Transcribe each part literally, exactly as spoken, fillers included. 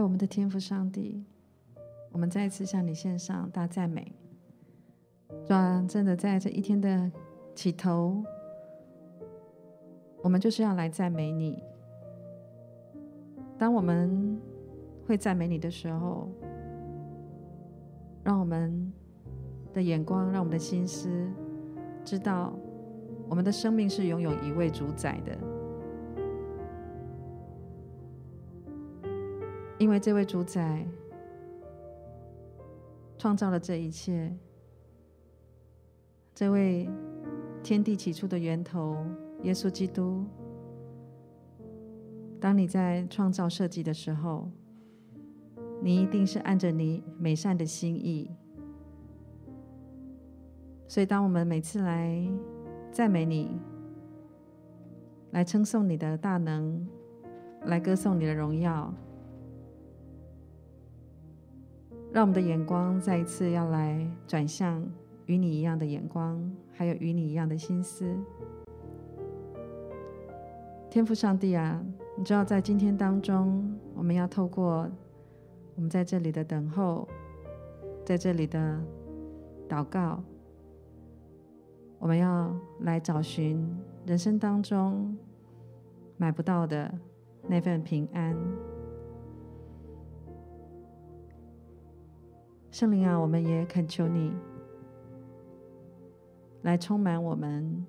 我们的天父上帝，我们再一次向你献上大赞美。主啊，真的在这一天的起头，我们就是要来赞美你。当我们会赞美你的时候，让我们的眼光，让我们的心思知道我们的生命是拥有一位主宰的，因为这位主宰创造了这一切，这位天地起初的源头耶稣基督，当你在创造设计的时候，你一定是按着你美善的心意。所以当我们每次来赞美你，来称颂你的大能，来歌颂你的荣耀，让我们的眼光再一次要来转向与你一样的眼光，还有与你一样的心思。天父上帝啊，你知道在今天当中，我们要透过我们在这里的等候，在这里的祷告，我们要来找寻人生当中买不到的那份平安。圣灵啊，我们也恳求你来充满我们，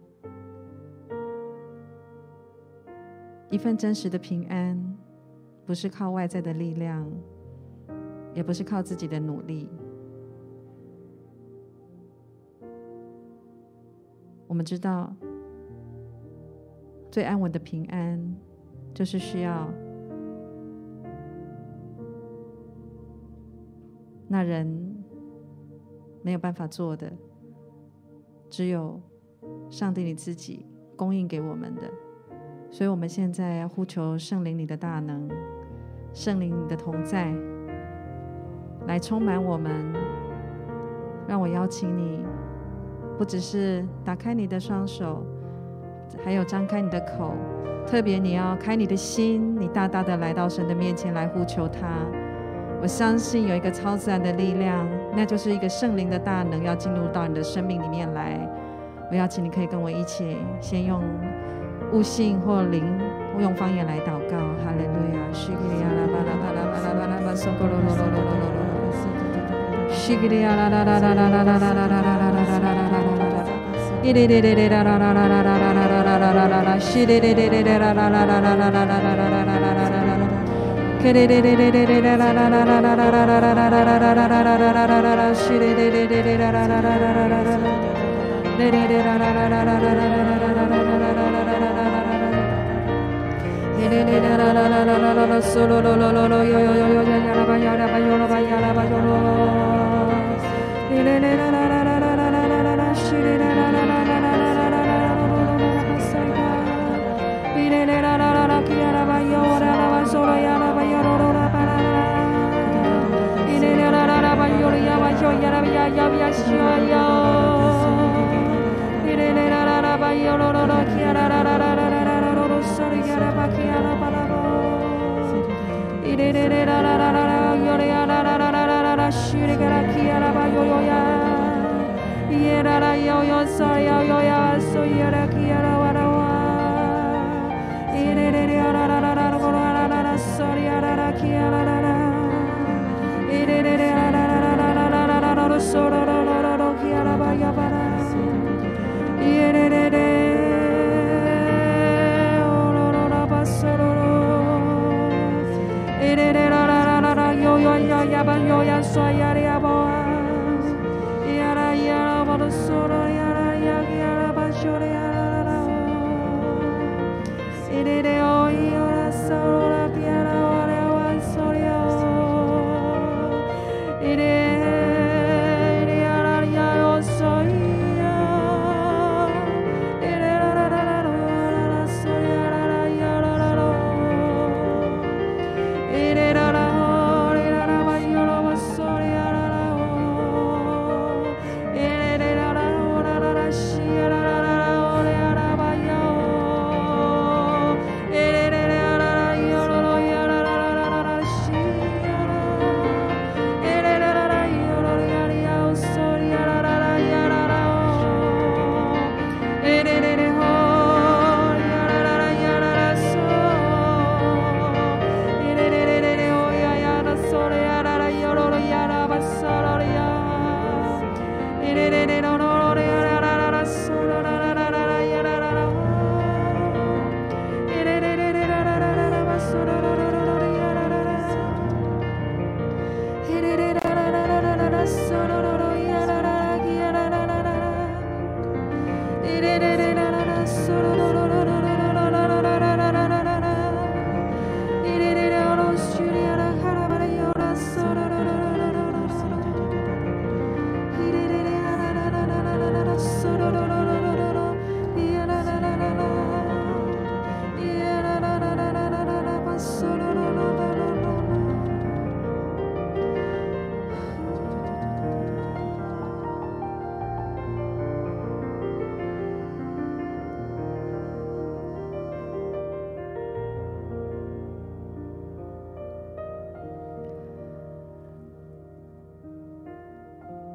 一份真实的平安，不是靠外在的力量，也不是靠自己的努力。我们知道最安稳的平安就是需要那人没有办法做的，只有上帝你自己供应给我们的。所以我们现在要呼求圣灵你的大能，圣灵你的同在来充满我们。让我邀请你，不只是打开你的双手，还有张开你的口，特别你要开你的心，你大大的来到神的面前来呼求他。我相信有一个超自然的力量，那就是一个圣灵的大能要进入到你的生命里面来。我邀请你可以跟我一起先用悟性或灵或用方言来祷告。哈利路亚，西格利亚拉巴拉巴拉巴拉巴拉巴索格罗罗罗罗罗罗罗，西格利亚拉拉拉拉拉拉拉拉拉拉拉拉拉拉拉拉，伊哩哩哩哩啦啦啦啦啦啦啦啦啦啦啦啦啦，西哩哩哩哩啦啦啦啦啦啦啦啦啦啦啦啦啦啦。啦啦啦啦啦啦啦啦啦啦啦啦啦啦啦啦，西哩哩哩哩哩啦啦啦啦啦啦啦啦，哩哩哩啦啦啦啦啦啦啦啦啦啦啦啦啦，哩哩哩啦啦啦啦啦啦啦，嗦咯咯咯咯咯，哟哟哟哟呀呀啦吧呀啦吧哟啦吧呀啦吧哟咯，哩哩哩啦啦啦啦啦啦啦啦啦，西哩啦啦啦啦啦啦啦啦啦啦啦，塞嘎，哩哩哩啦啦啦啦，ki呀啦吧哟啦啦吧嗦啦呀啦。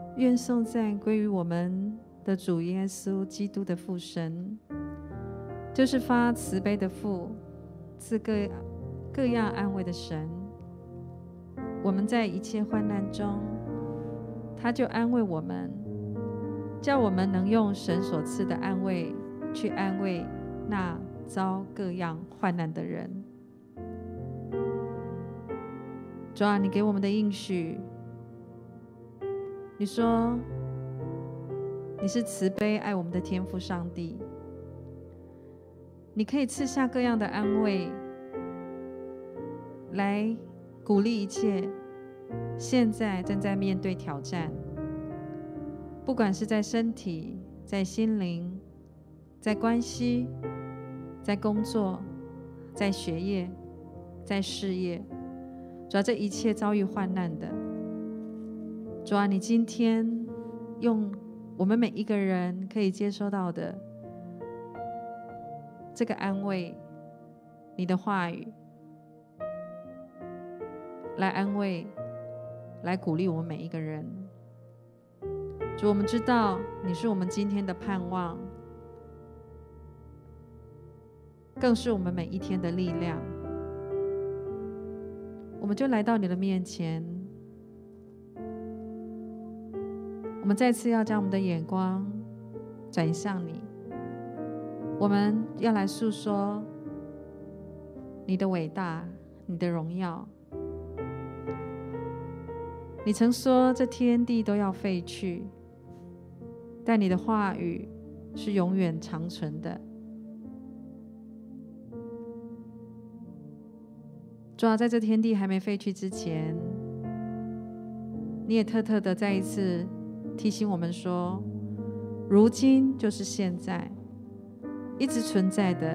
愿颂赞归于我们的主耶稣基督的父神，就是发慈悲的父，赐各各样安慰的神。我们在一切患难中，他就安慰我们，叫我们能用神所赐的安慰去安慰那遭各样患难的人。主啊，你给我们的应许，你说你是慈悲爱我们的天父上帝，你可以赐下各样的安慰，来鼓励一切现在正在面对挑战，不管是在身体、在心灵、在关系、在工作、在学业、在事业，主啊，这一切遭遇患难的，主啊，你今天用我们每一个人可以接收到的这个安慰，你的话语来安慰，来鼓励我们每一个人。主，我们知道你是我们今天的盼望，更是我们每一天的力量。我们就来到你的面前，我们再次要将我们的眼光转向你，我们要来诉说你的伟大，你的荣耀。你曾说这天地都要废去，但你的话语是永远长存的。主啊，在这天地还没废去之前，你也特特的再一次提醒我们说，如今就是现在，一直存在的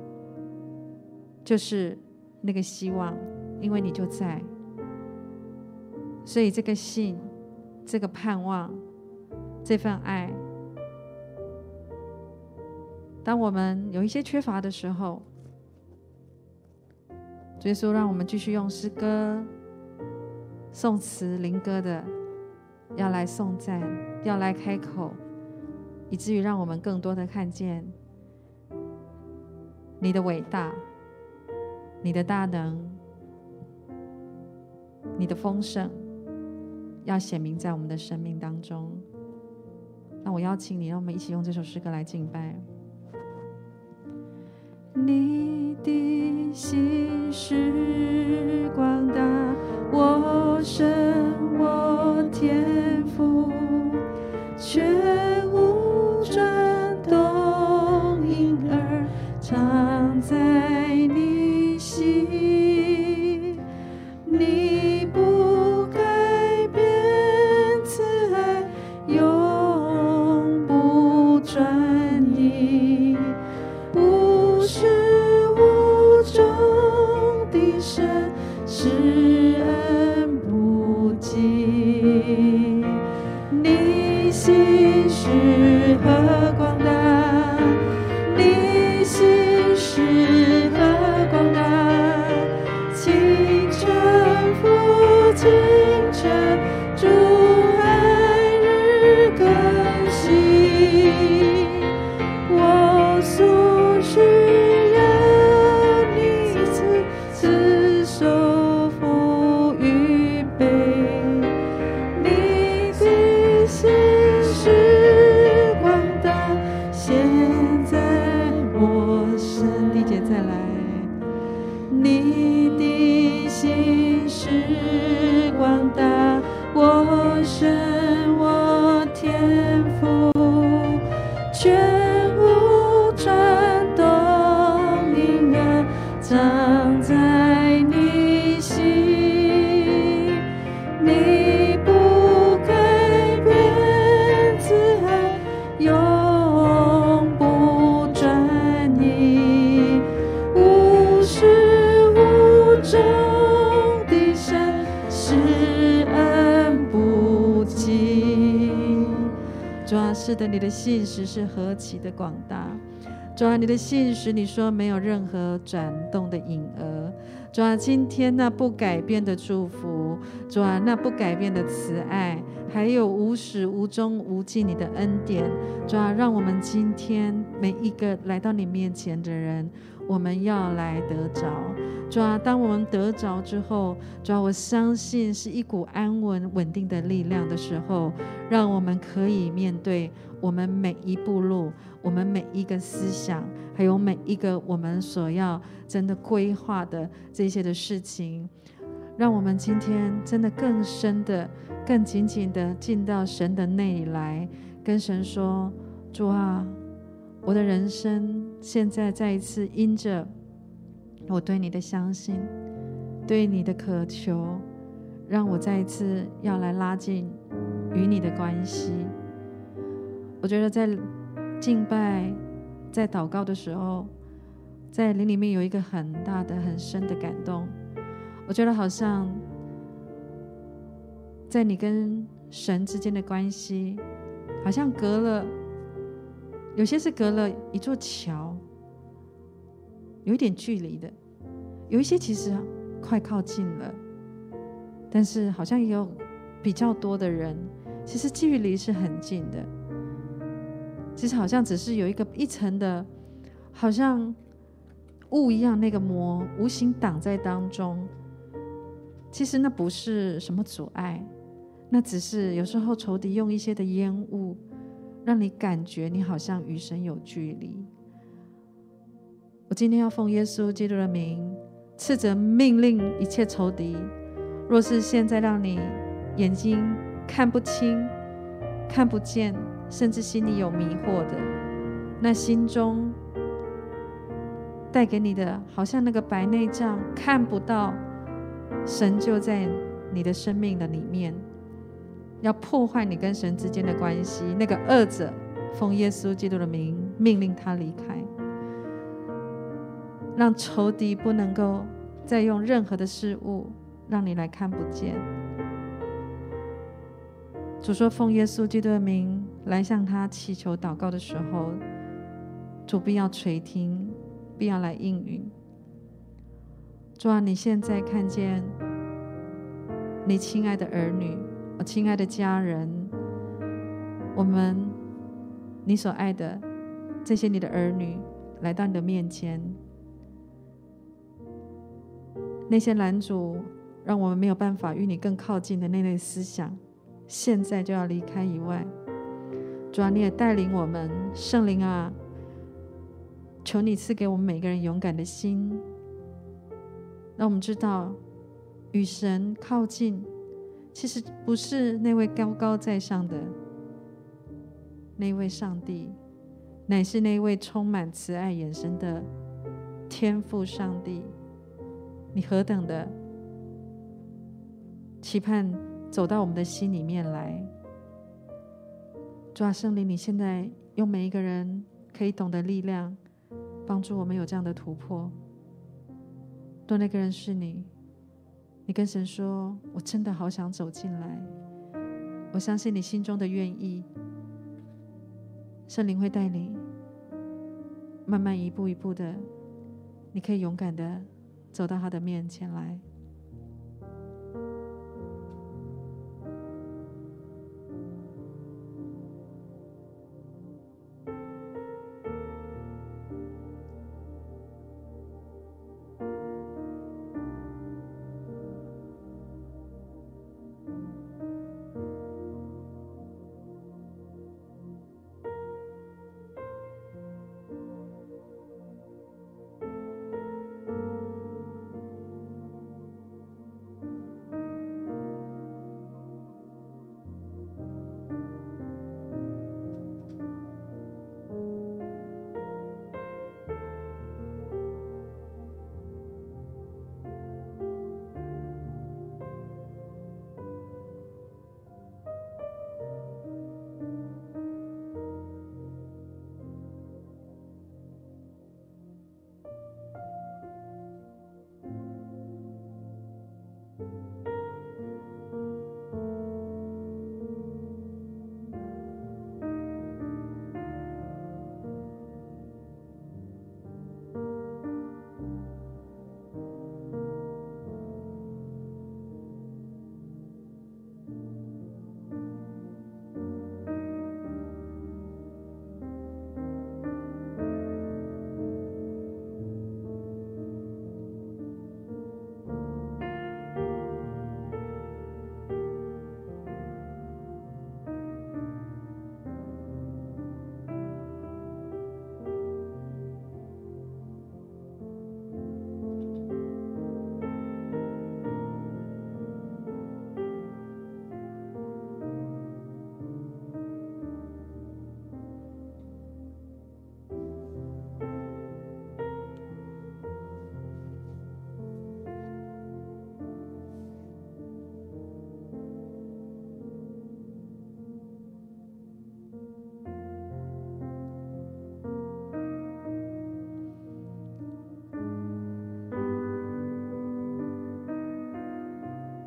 就是那个希望，因为你就在。所以这个信，这个盼望，这份爱，当我们有一些缺乏的时候，主耶稣让我们继续用诗歌、颂词、灵歌的要来颂赞，要来开口，以至于让我们更多的看见你的伟大，你的大能，你的丰盛，要显明在我们的生命当中。那我邀请你，让我们一起用这首诗歌来敬拜。你的心是广大，我神我天父，全无转动，因而常在你心。你不改变慈爱，永不转移，无始无终的神，施恩不尽。你心是何广大，你心是何广大，清晨复清晨，主爱日更新。我所需要你赐赐手福预备，你的心是广大，现在我身地姐再来，你的心是广大，我神我天父，全无转动，因而常在你心。你不改变慈爱，永不转移，无始无终的神，施恩不尽。主啊，是的，你的信实是何其的广大。 主啊，你的信实你说没有任何转动的影儿。主啊，今天那不改变的祝福，主啊，那不改变的慈爱，还有无始无终无尽你的恩典，主啊，让我们今天每一个来到你面前的人，我们要来得着。主啊，当我们得着之后，主啊，我相信是一股安稳稳定的力量的时候，让我们可以面对我们每一步路，我们每一个思想，还有每一个我们所要真的规划的这些的事情，让我们今天真的更深的更紧紧的进到神的内里来，跟神说，主啊，我的人生现在再一次因着我对你的相信，对你的渴求，让我再一次要来拉近与你的关系。我觉得在敬拜在祷告的时候，在灵里面有一个很大的很深的感动，我觉得好像在你跟神之间的关系好像隔了，有些是隔了一座桥，有一点距离的，有一些其实快靠近了，但是好像也有比较多的人其实距离是很近的，其实好像只是有一个一层的好像雾一样，那个膜无形挡在当中，其实那不是什么阻碍，那只是有时候仇敌用一些的烟雾让你感觉你好像与神有距离。我今天要奉耶稣基督的名斥责命令一切仇敌，若是现在让你眼睛看不清看不见，甚至心里有迷惑的，那心中带给你的好像那个白内障，看不到神就在你的生命的里面，要破坏你跟神之间的关系，那个恶者奉耶稣基督的名命令他离开，让仇敌不能够再用任何的事物让你来看不见。主说，奉耶稣基督的名来向他祈求祷告的时候，主必要垂听，必要来应允。主啊，你现在看见你亲爱的儿女，亲爱的家人，我们你所爱的这些你的儿女来到你的面前，那些拦阻让我们没有办法与你更靠近的那类思想，现在就要离开以外，主啊，你也带领我们，圣灵啊，求你赐给我们每个人勇敢的心，让我们知道与神靠近其实不是那位高高在上的那位上帝，乃是那位充满慈爱眼神的天父上帝。你何等的期盼走到我们的心里面来。主啊，圣灵，你现在用每一个人可以懂的力量帮助我们有这样的突破。若那个人是你，你跟神说，我真的好想走进来，我相信你心中的愿意，圣灵会带你慢慢一步一步的，你可以勇敢的走到他的面前来。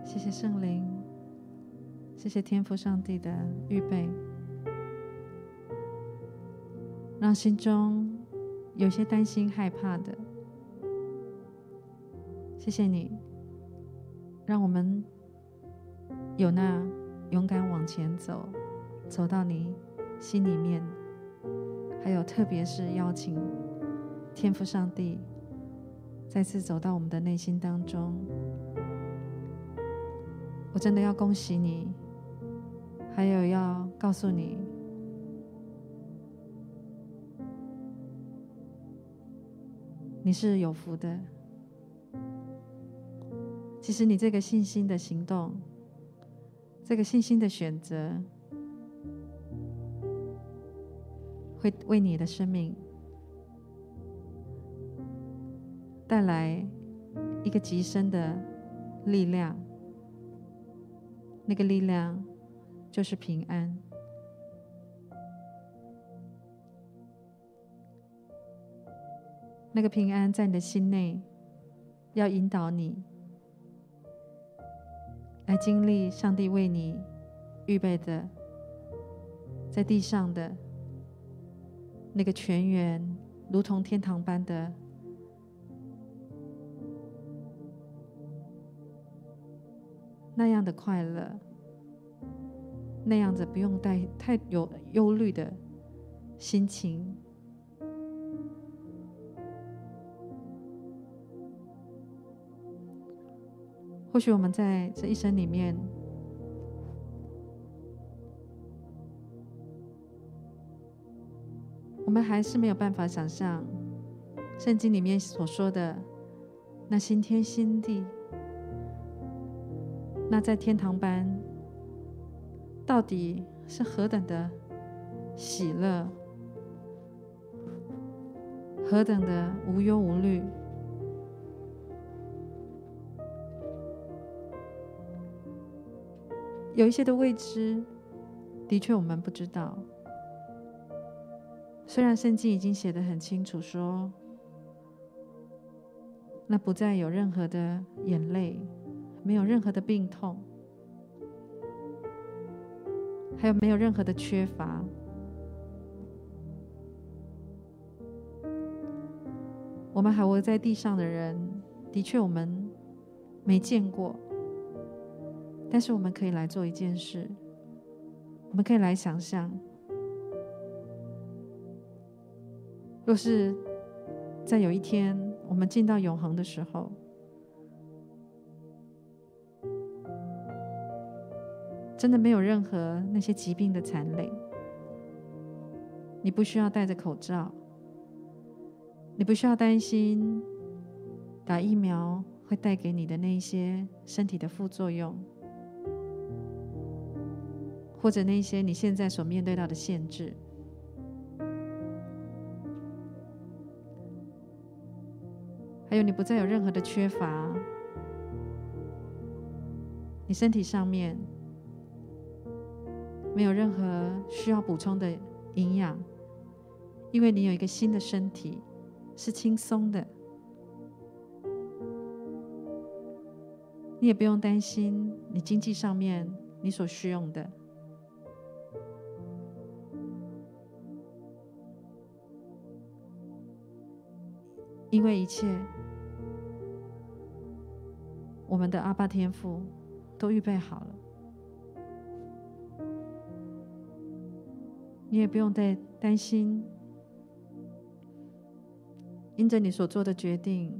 谢谢圣灵，谢谢天父上帝的预备，让心中有些担心害怕的，谢谢你，让我们有那勇敢往前走，走到你心里面，还有特别是邀请天父上帝再次走到我们的内心当中。我真的要恭喜你，还有要告诉你，你是有福的。其实你这个信心的行动，这个信心的选择，会为你的生命带来一个极深的力量，那个力量就是平安。那个平安在你的心内，要引导你来经历上帝为你预备的在地上的那个泉源，如同天堂般的那样的快乐，那样子不用带太有忧虑的心情。或许我们在这一生里面，我们还是没有办法想象圣经里面所说的那新天新地，那在天堂般到底是何等的喜乐，何等的无忧无虑。有一些的未知，的确我们不知道。虽然圣经已经写得很清楚说，那不再有任何的眼泪，没有任何的病痛，还有没有任何的缺乏。我们还活在地上的人，的确我们没见过，但是我们可以来做一件事，我们可以来想象，若是在有一天我们进到永恒的时候，真的没有任何那些疾病的残累，你不需要戴着口罩，你不需要担心打疫苗会带给你的那一些身体的副作用，或者那些你现在所面对到的限制。还有你不再有任何的缺乏，你身体上面没有任何需要补充的营养，因为你有一个新的身体，是轻松的。你也不用担心你经济上面你所需用的，因为一切我们的阿爸天父都预备好了。你也不用再担心因着你所做的决定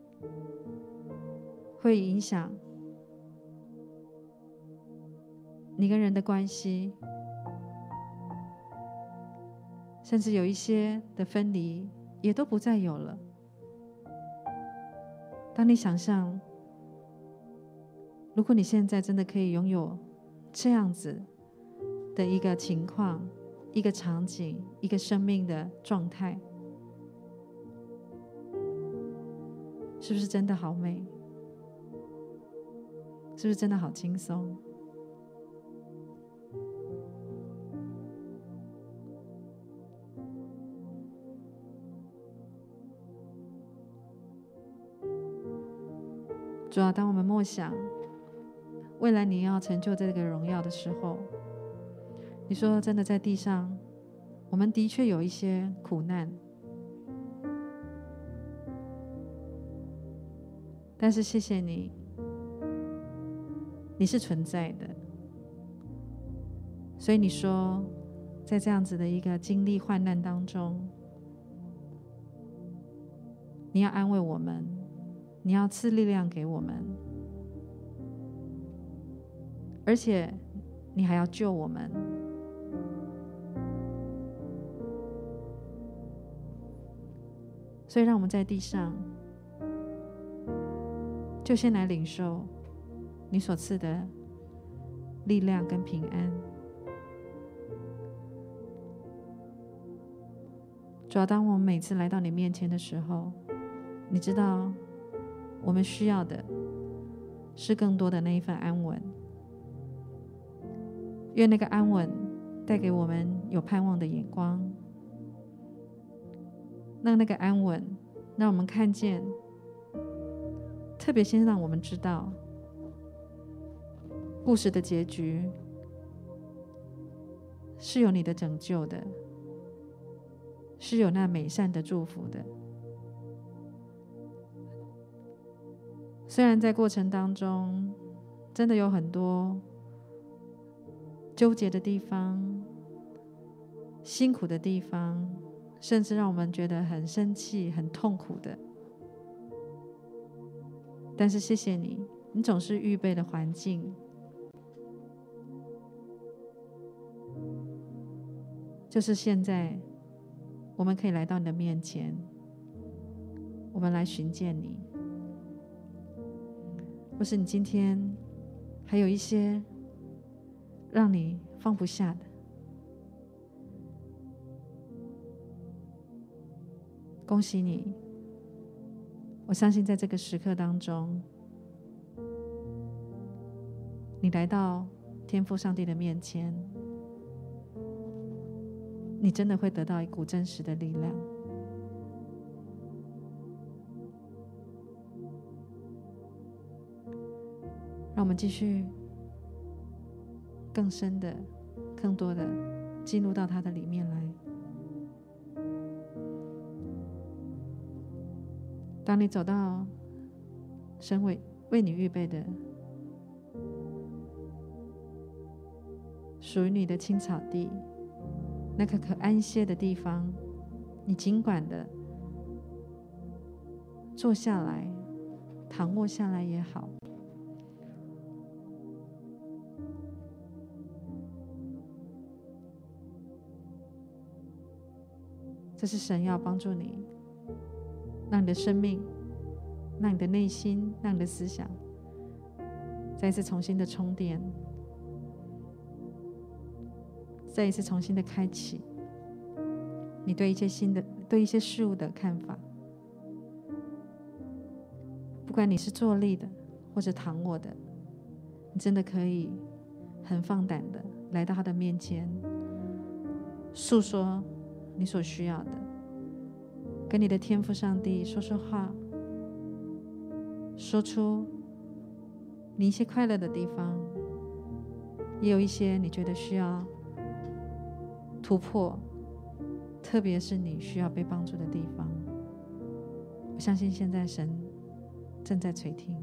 会影响你跟人的关系，甚至有一些的分离也都不再有了。当你想象，如果你现在真的可以拥有这样子的一个情况，一个场景，一个生命的状态，是不是真的好美？是不是真的好轻松？主啊，当我们默想未来你要成就这个荣耀的时候，你说真的在地上，我们的确有一些苦难，但是谢谢你，你是存在的。所以你说，在这样子的一个经历患难当中，你要安慰我们，你要赐力量给我们，而且你还要救我们。所以让我们在地上就先来领受你所赐的力量跟平安。主要当我们每次来到你面前的时候，你知道我们需要的是更多的那一份安稳。愿那个安稳带给我们有盼望的眼光，让那个安稳让我们看见，特别先让我们知道故事的结局是有你的拯救的，是有那美善的祝福的。虽然在过程当中真的有很多纠结的地方、辛苦的地方，甚至让我们觉得很生气、很痛苦的，但是谢谢你，你总是预备的环境，就是现在我们可以来到你的面前，我们来寻见你。或是你今天还有一些让你放不下的，恭喜你，我相信在这个时刻当中，你来到天父上帝的面前，你真的会得到一股真实的力量。让我们继续更深的、更多的进入到它的里面来。当你走到神为为你预备的属于你的青草地，那个可安歇的地方，你尽管的坐下来、躺卧下来也好，这是神要帮助你，让你的生命，让你的内心，让你的思想再一次重新的充电，再一次重新的开启你对一些新的、对一些事物的看法。不管你是坐立的或者躺卧的，你真的可以很放胆的来到他的面前，诉说你所需要的，跟你的天父上帝说说话，说出你一些快乐的地方，也有一些你觉得需要突破，特别是你需要被帮助的地方。我相信现在神正在垂听。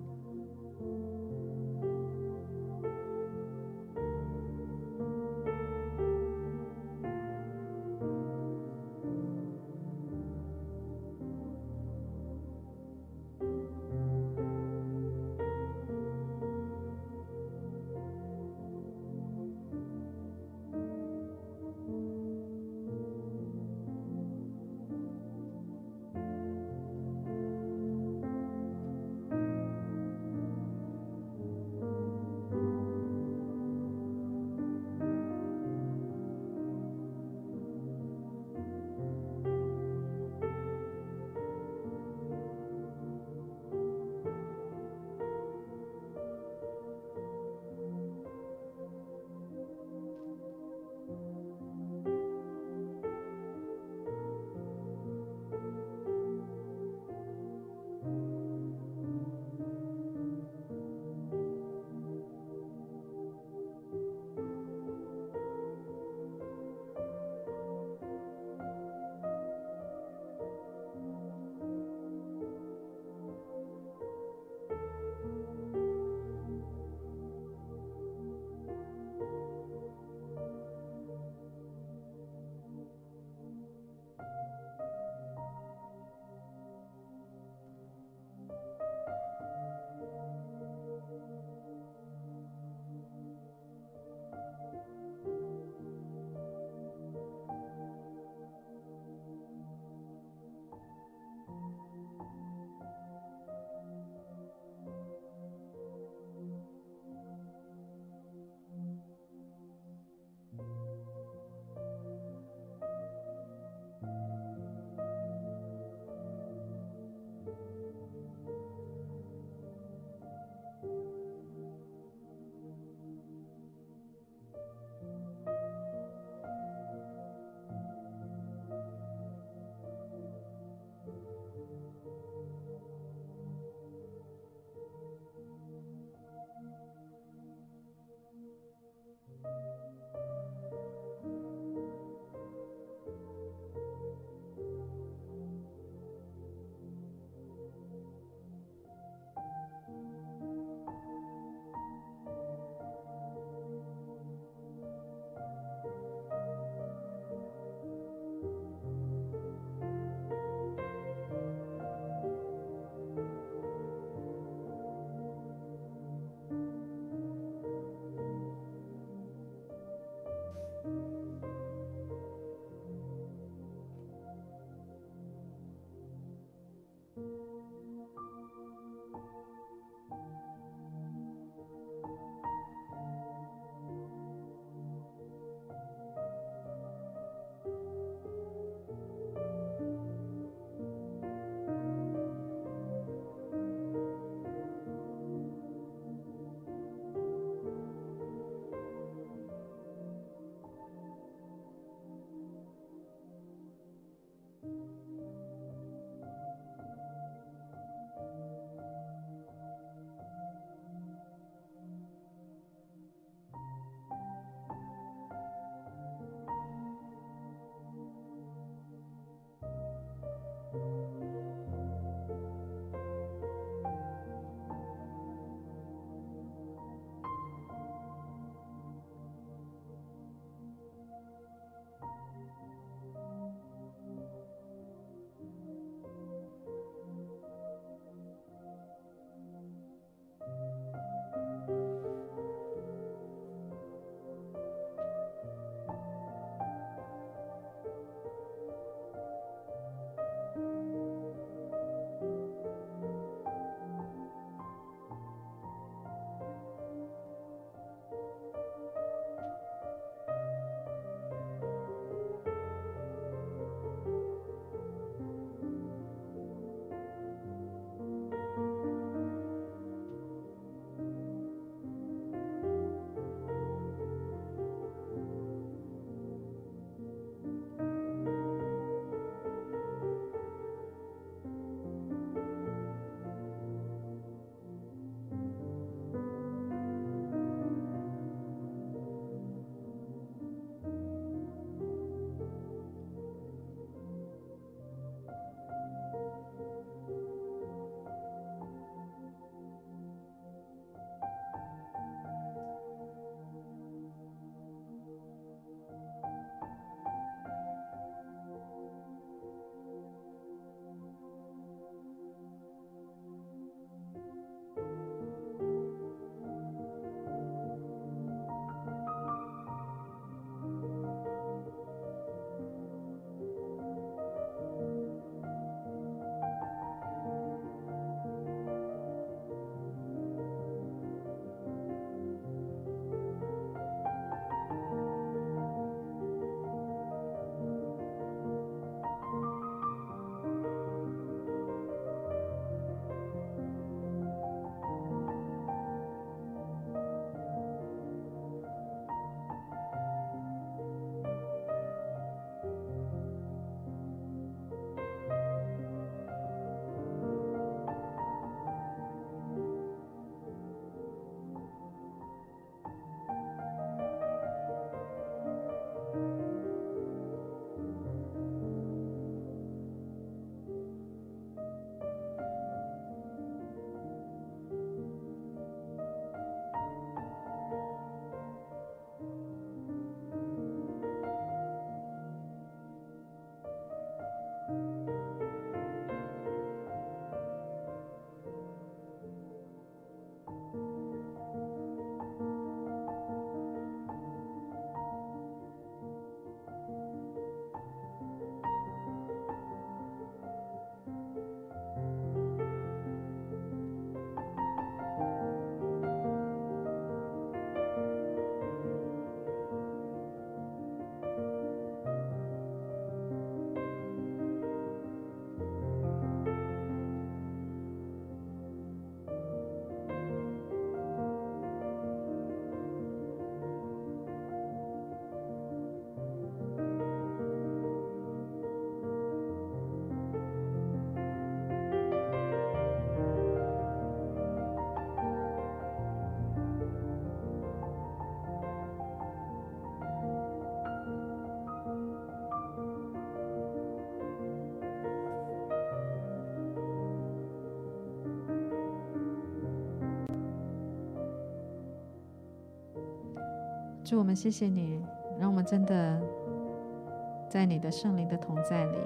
主，我们谢谢你，让我们真的在你的圣灵的同在里。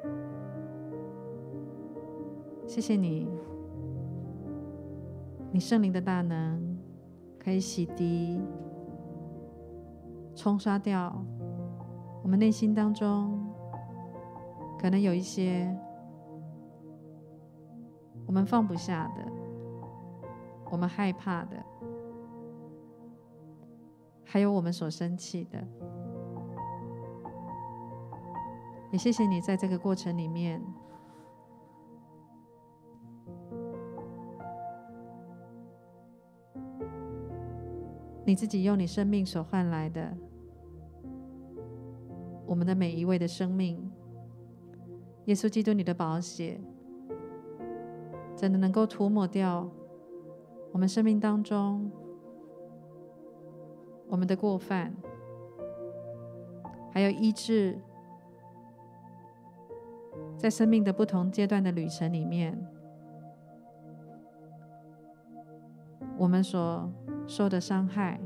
谢谢你，你圣灵的大能可以洗涤、冲刷掉我们内心当中可能有一些我们放不下的，我们害怕的，还有我们所生气的。也谢谢你在这个过程里面，你自己用你生命所换来的，我们的每一位的生命，耶稣基督你的宝血真的能够涂抹掉我们生命当中我们的过犯，还有医治在生命的不同阶段的旅程里面我们所受的伤害。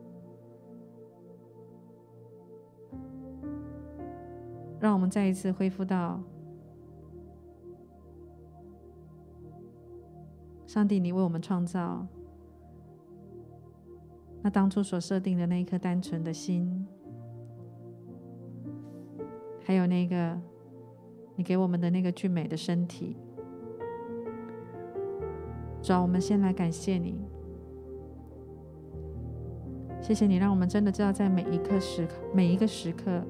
让我们再一次恢复到上帝你为我们创造那当初所设定的那一颗单纯的心，还有那个你给我们的那个俊美的身体。主啊，我们先来感谢你，谢谢你让我们真的知道在每一刻时刻每一个时刻，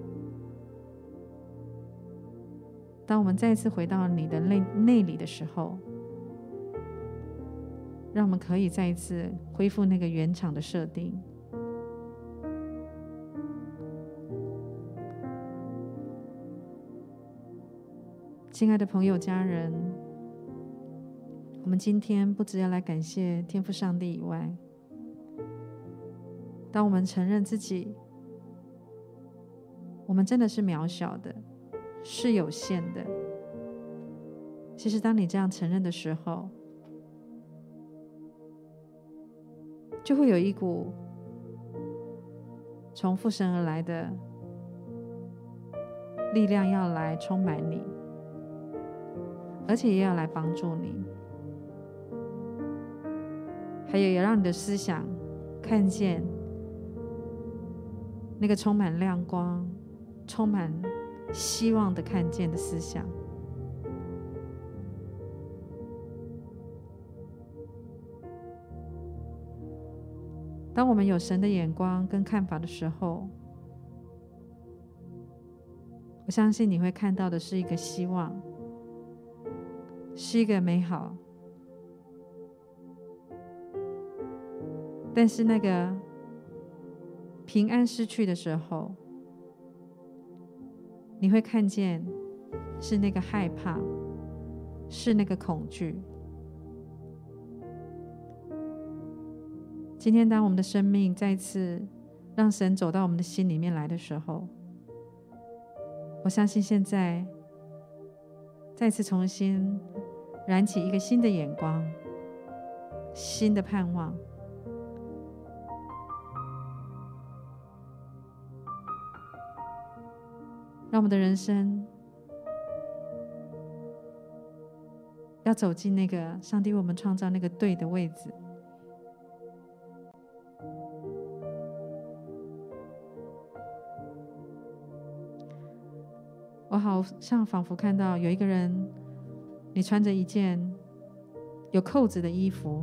当我们再一次回到你的 内, 内里的时候，让我们可以再一次恢复那个原厂的设定。亲爱的朋友家人，我们今天不只要来感谢天父上帝以外，当我们承认自己我们真的是渺小的，是有限的，其实当你这样承认的时候，就会有一股从父神而来的力量要来充满你，而且也要来帮助你，还有也让你的思想看见那个充满亮光、充满希望的看见的思想。当我们有神的眼光跟看法的时候，我相信你会看到的是一个希望，是一个美好。但是那个平安失去的时候，你会看见是那个害怕，是那个恐惧。今天当我们的生命再次让神走到我们的心里面来的时候，我相信现在再次重新燃起一个新的眼光，新的盼望。让我们的人生要走进那个上帝为我们创造那个对的位置。我好像仿佛看到有一个人，你穿着一件有扣子的衣服，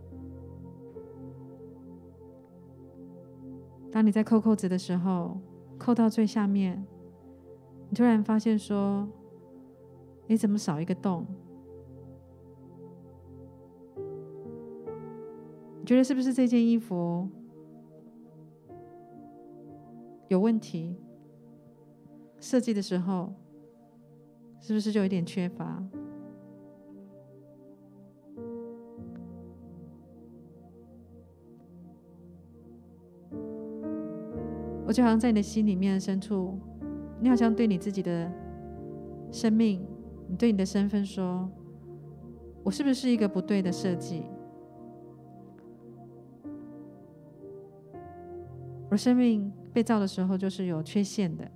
当你在扣扣子的时候，扣到最下面，你突然发现说，你怎么少一个洞？你觉得是不是这件衣服有问题？设计的时候是不是就有点缺乏？我就好像在你的心里面的深处，你好像对你自己的生命，你对你的身份说，我是不是一个不对的设计？ 我的生命被造的时候就是有缺陷的。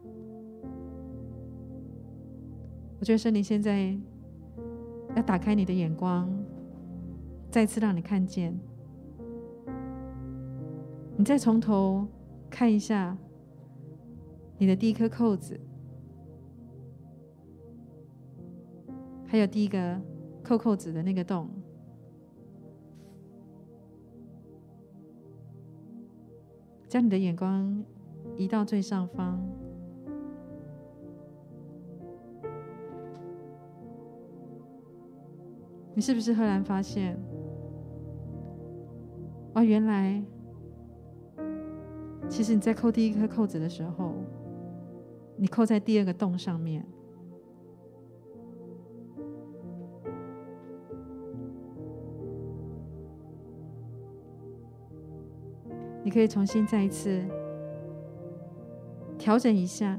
我觉得圣灵现在要打开你的眼光，再次让你看见，你再从头看一下你的第一颗扣子，还有第一个扣扣子的那个洞。将你的眼光移到最上方，你是不是赫然发现，哇，原来其实你在扣第一颗扣子的时候，你扣在第二个洞上面。你可以重新再一次调整一下，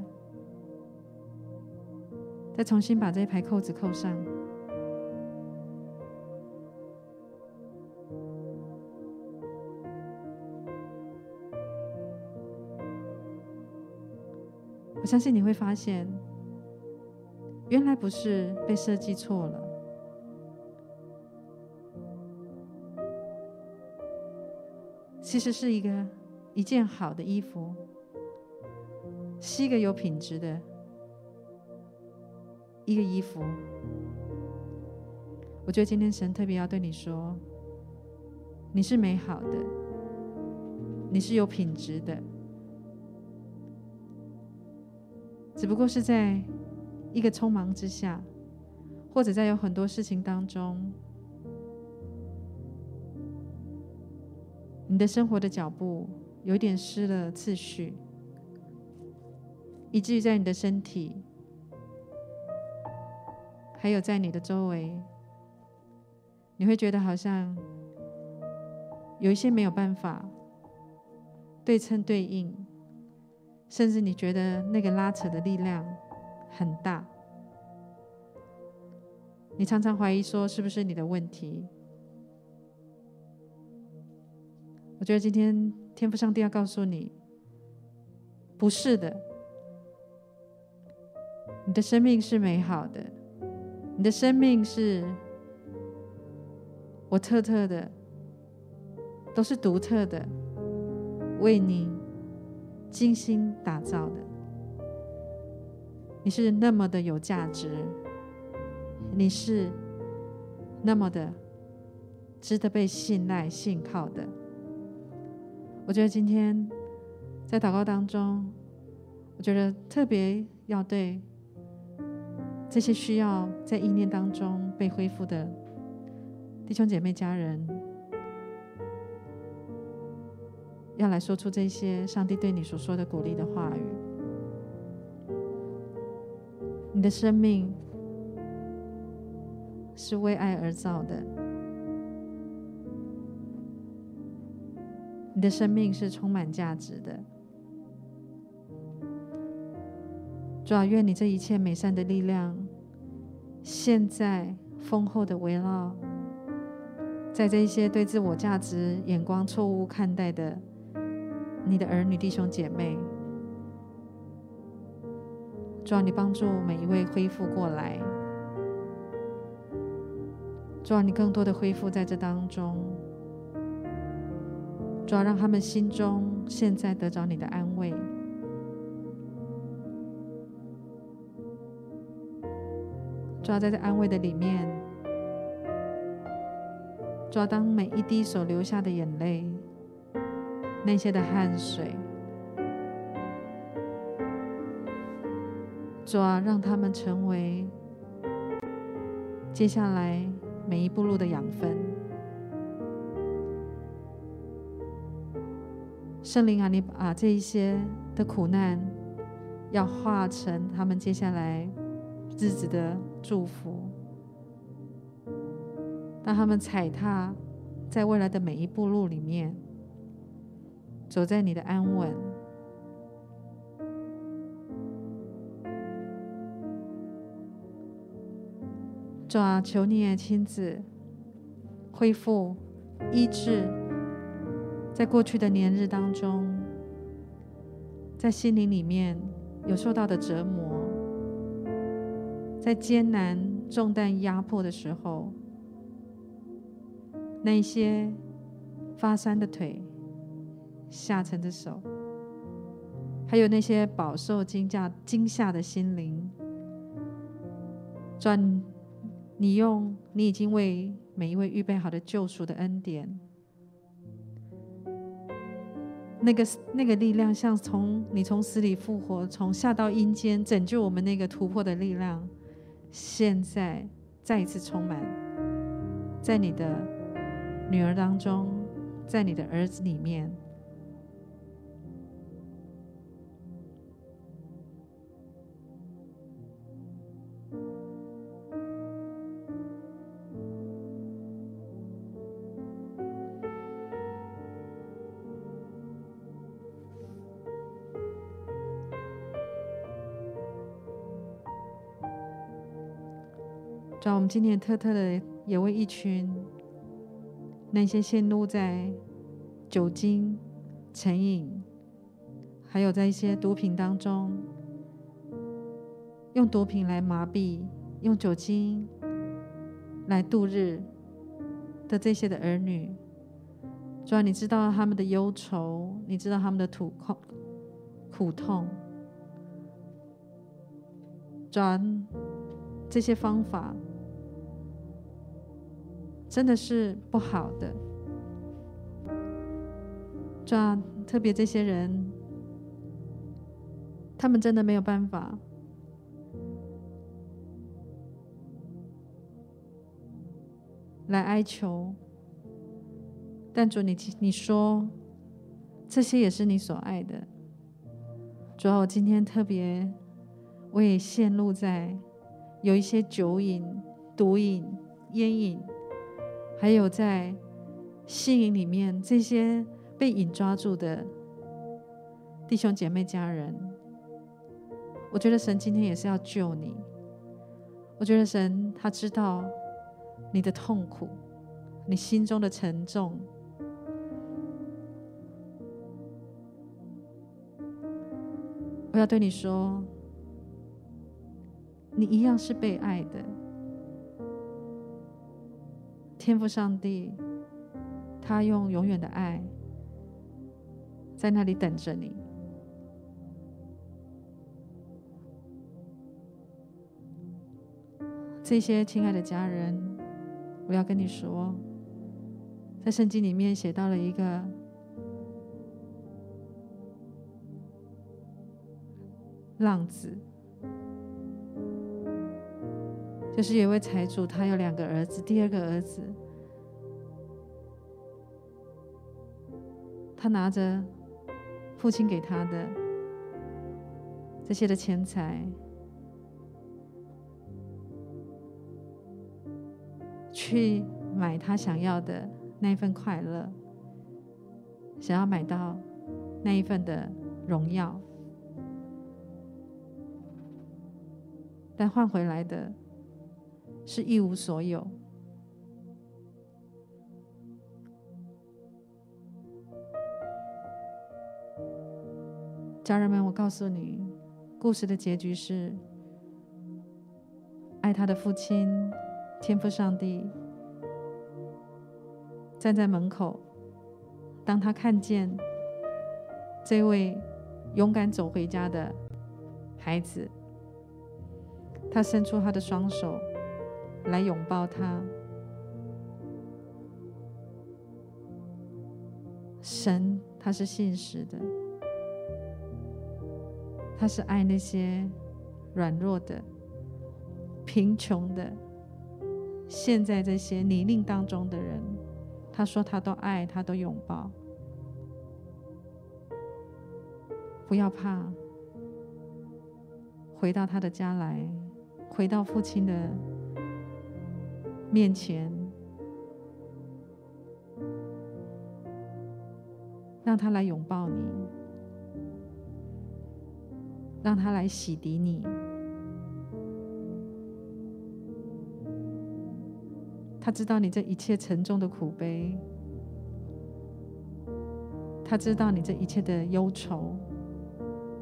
再重新把这一排扣子扣上。我相信你会发现，原来不是被设计错了，其实是一个一件好的衣服，是一个有品质的一个衣服。我觉得今天神特别要对你说，你是美好的，你是有品质的，只不过是在一个匆忙之下，或者在有很多事情当中，你的生活的脚步有一点失了次序，以至于在你的身体，还有在你的周围，你会觉得好像有一些没有办法对称对应，甚至你觉得那个拉扯的力量很大。你常常怀疑说，是不是你的问题？我觉得今天天父上帝要告诉你，不是的，你的生命是美好的，你的生命是我特特的，都是独特的，为你精心打造的。你是那么的有价值，你是那么的值得被信赖信靠的。我觉得今天在祷告当中，我觉得特别要对这些需要在意念当中被恢复的弟兄姐妹家人，要来说出这些上帝对你所说的鼓励的话语。你的生命是为爱而造的，你的生命是充满价值的。主啊，愿你这一切美善的力量，现在丰厚的围绕在这一些对自我价值眼光错误看待的你的儿女弟兄姐妹。主啊，你帮助每一位恢复过来。主啊，你更多的恢复在这当中。主啊，让他们心中现在得着你的安慰。主啊，在这安慰的里面，主啊，当每一滴所流下的眼泪，那些的汗水，主啊，让他们成为接下来每一步路的养分。圣灵啊，你把这一些的苦难要化成他们接下来日子的祝福，让他们踩踏在未来的每一步路里面，走在你的安稳。主啊，求你也亲自恢复医治在过去的年日当中在心灵里面有受到的折磨，在艰难重担压迫的时候，那些发酸的腿、下沉的手，还有那些饱受惊吓惊吓的心灵，主啊，你用你已经为每一位预备好的救赎的恩典，那个那个力量，像从你从死里复活，从下到阴间拯救我们那个突破的力量，现在再一次充满在你的女儿当中，在你的儿子里面。主啊，我们今天特特的也为一群那些陷入在酒精、成瘾，还有在一些毒品当中，用毒品来麻痹，用酒精来度日的这些的儿女，主啊，你知道他们的忧愁，你知道他们的苦苦痛，主啊，这些方法真的是不好的。主啊，特别这些人，他们真的没有办法来哀求，但主你你说这些也是你所爱的。主啊，我今天特别我也陷入在有一些酒瘾、毒瘾、烟瘾，还有在性瘾里面，这些被瘾抓住的弟兄姐妹家人，我觉得神今天也是要救你。我觉得神他知道你的痛苦，你心中的沉重。我要对你说，你一样是被爱的。天父上帝他用永远的爱在那里等着你。这些亲爱的家人，我要跟你说，在圣经里面写到了一个浪子，就是有一位财主，他有两个儿子，第二个儿子他拿着父亲给他的这些的钱财，去买他想要的那一份快乐，想要买到那一份的荣耀，但换回来的是一无所有。家人们，我告诉你，故事的结局是，爱他的父亲天父上帝站在门口，当他看见这位勇敢走回家的孩子，他伸出他的双手来拥抱他。神他是信实的，他是爱那些软弱的、贫穷的，陷在这些泥泞当中的人，他说他都爱，他都拥抱。不要怕，回到他的家来，回到父亲的面前，让他来拥抱你，让他来洗涤你。他知道你这一切沉重的苦悲，他知道你这一切的忧愁，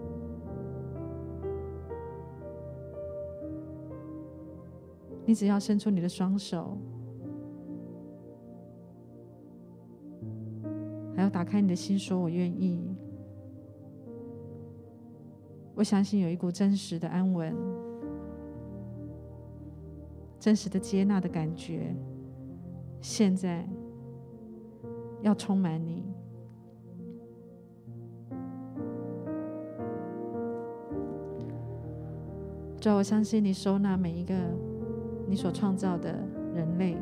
你只要伸出你的双手，还要打开你的心，说我愿意。我相信有一股真实的安稳，真实的接纳的感觉，现在要充满你。主啊，我相信你收纳每一个你所创造的人类。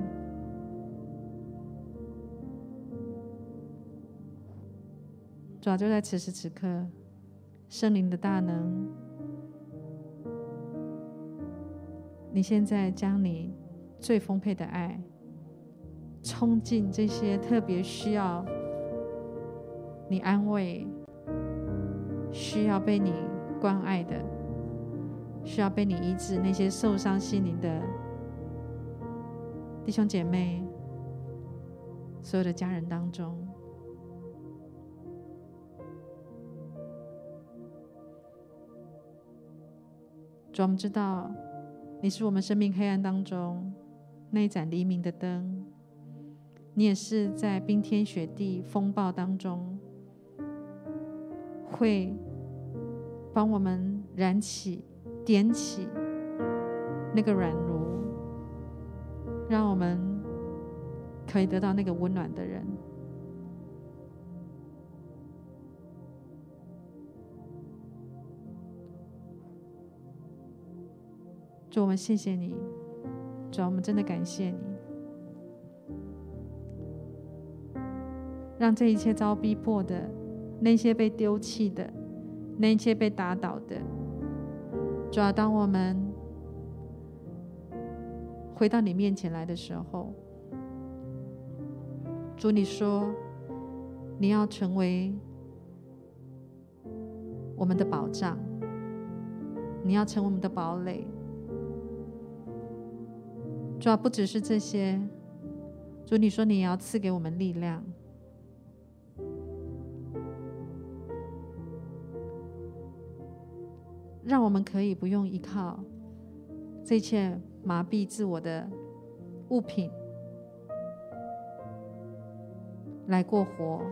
主啊，就在此时此刻，圣灵的大能，你现在将你最丰沛的爱冲进这些特别需要你安慰、需要被你关爱的、需要被你医治那些受伤心灵的弟兄姐妹、所有的家人当中。主，我们知道你是我们生命黑暗当中那一盏黎明的灯，你也是在冰天雪地风暴当中会帮我们燃起点起那个软炉，让我们可以得到那个温暖的人。主，我们谢谢你，主，我们真的感谢你，让这一切遭逼迫的，那些被丢弃的，那一切被打倒的，主啊，当我们回到你面前来的时候，主，你说你要成为我们的保障，你要成为我们的堡垒。主啊，不只是这些，主，你说你也要赐给我们力量，让我们可以不用依靠这一切麻痹自我的物品来过活。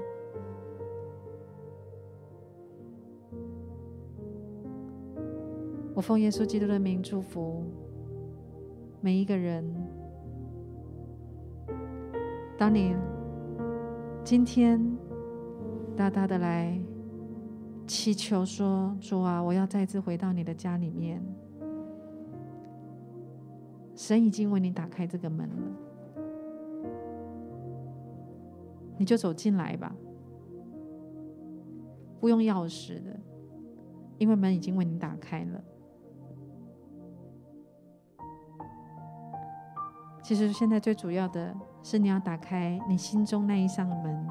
我奉耶稣基督的名祝福每一个人，当你今天大大的来祈求说，主啊，我要再次回到你的家里面，神已经为你打开这个门了，你就走进来吧，不用钥匙的，因为门已经为你打开了。其实现在最主要的是你要打开你心中那一扇门，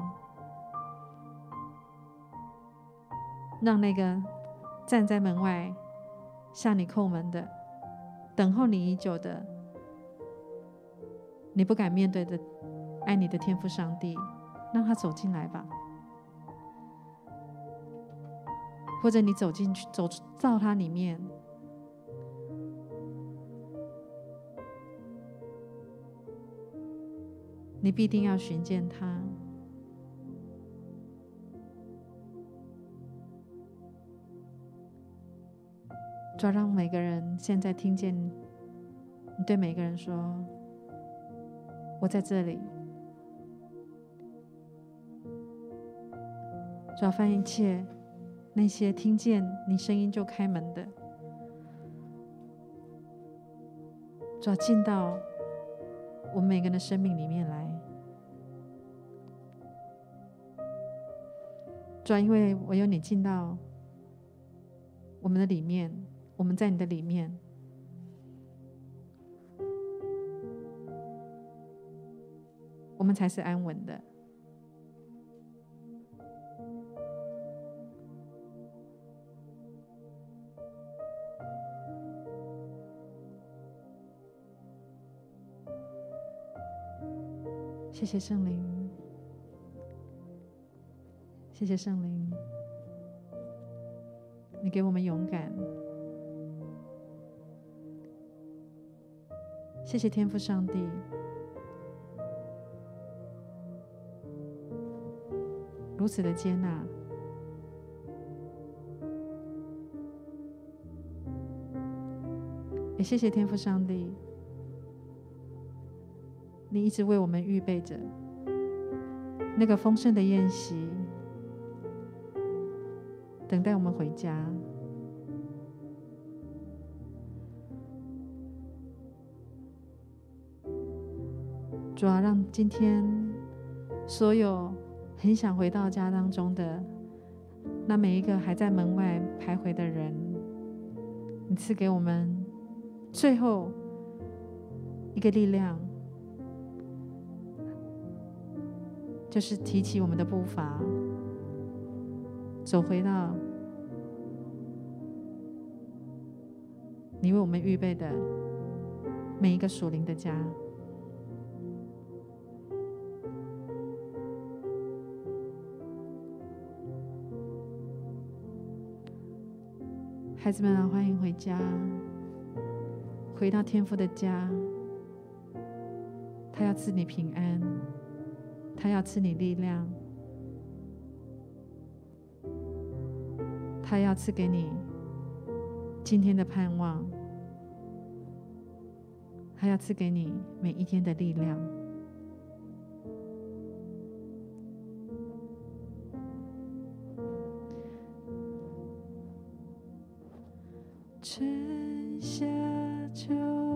让那个站在门外向你叩门的、等候你已久的、你不敢面对的爱你的天父上帝，让他走进来吧。或者你走进去，走到他里面，你必定要寻见他。主要让每个人现在听见你对每个人说，我在这里。主要翻一切那些听见你声音就开门的，主要进到我们每个人的生命里面来。主要因为唯有你进到我们的里面，我们在你的里面，我们才是安稳的。谢谢圣灵，谢谢圣灵，你给我们勇敢。 谢谢天父上帝，如此的接纳。也谢谢天父上帝，你一直为我们预备着那个丰盛的宴席，等待我们回家。主啊，让今天所有很想回到家当中的那每一个还在门外徘徊的人，你赐给我们最后一个力量，就是提起我们的步伐，走回到你为我们预备的每一个属灵的家。孩子们啊，欢迎回家，回到天父的家。他要赐你平安，他要赐你力量，他要赐给你今天的盼望，他要赐给你每一天的力量。春夏秋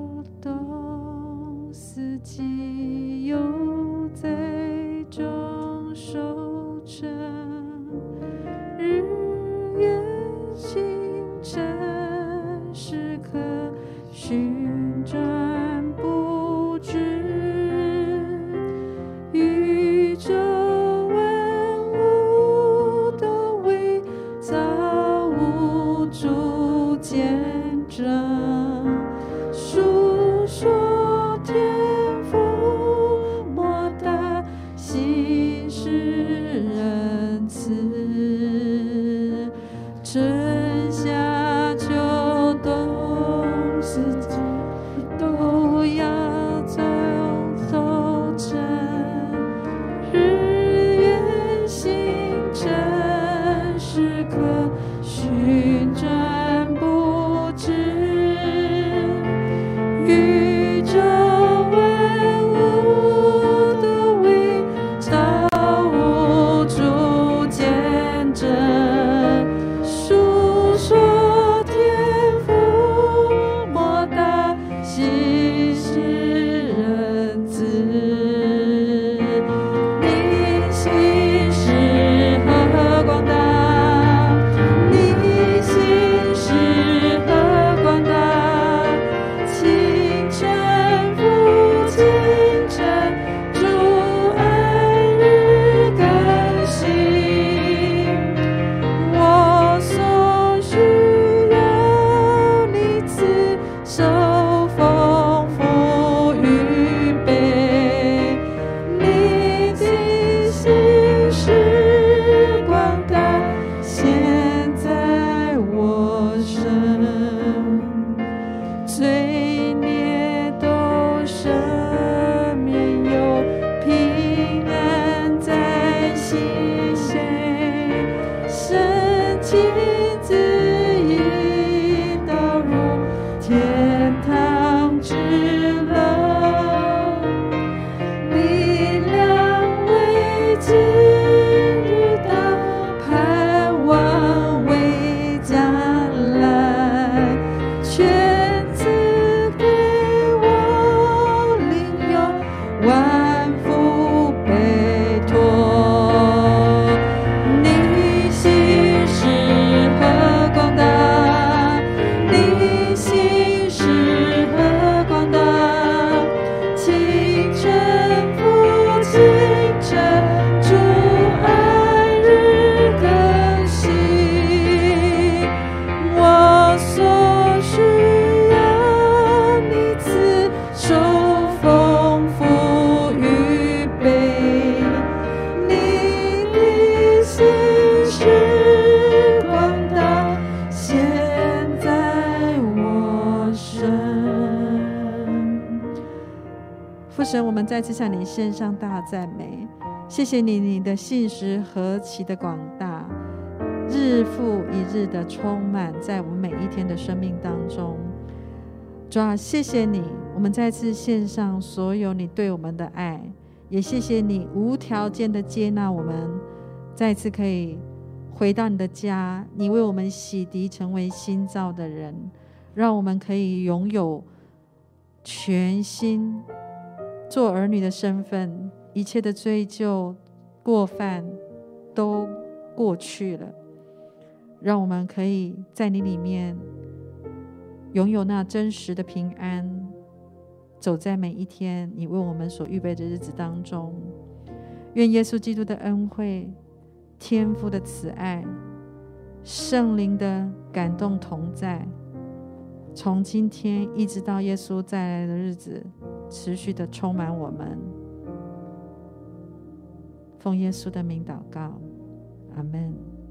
冬四季又在中收成，日月星辰时刻旋转不止，宇宙万物都为造物主见证，述说天赋次向你献上大赞美。谢谢你，你的信实何其的广大，日复一日的充满在我们每一天的生命当中。主啊，谢谢你，我们再次献上所有你对我们的爱，也谢谢你无条件的接纳我们，再次可以回到你的家，你为我们洗涤成为新造的人，让我们可以拥有全新做儿女的身份，一切的追究过犯都过去了，让我们可以在你里面拥有那真实的平安，走在每一天你为我们所预备的日子当中。愿耶稣基督的恩惠、天父的慈爱、圣灵的感动同在，从今天一直到耶稣再来的日子，持续的充满我们。奉耶稣的名祷告，阿们。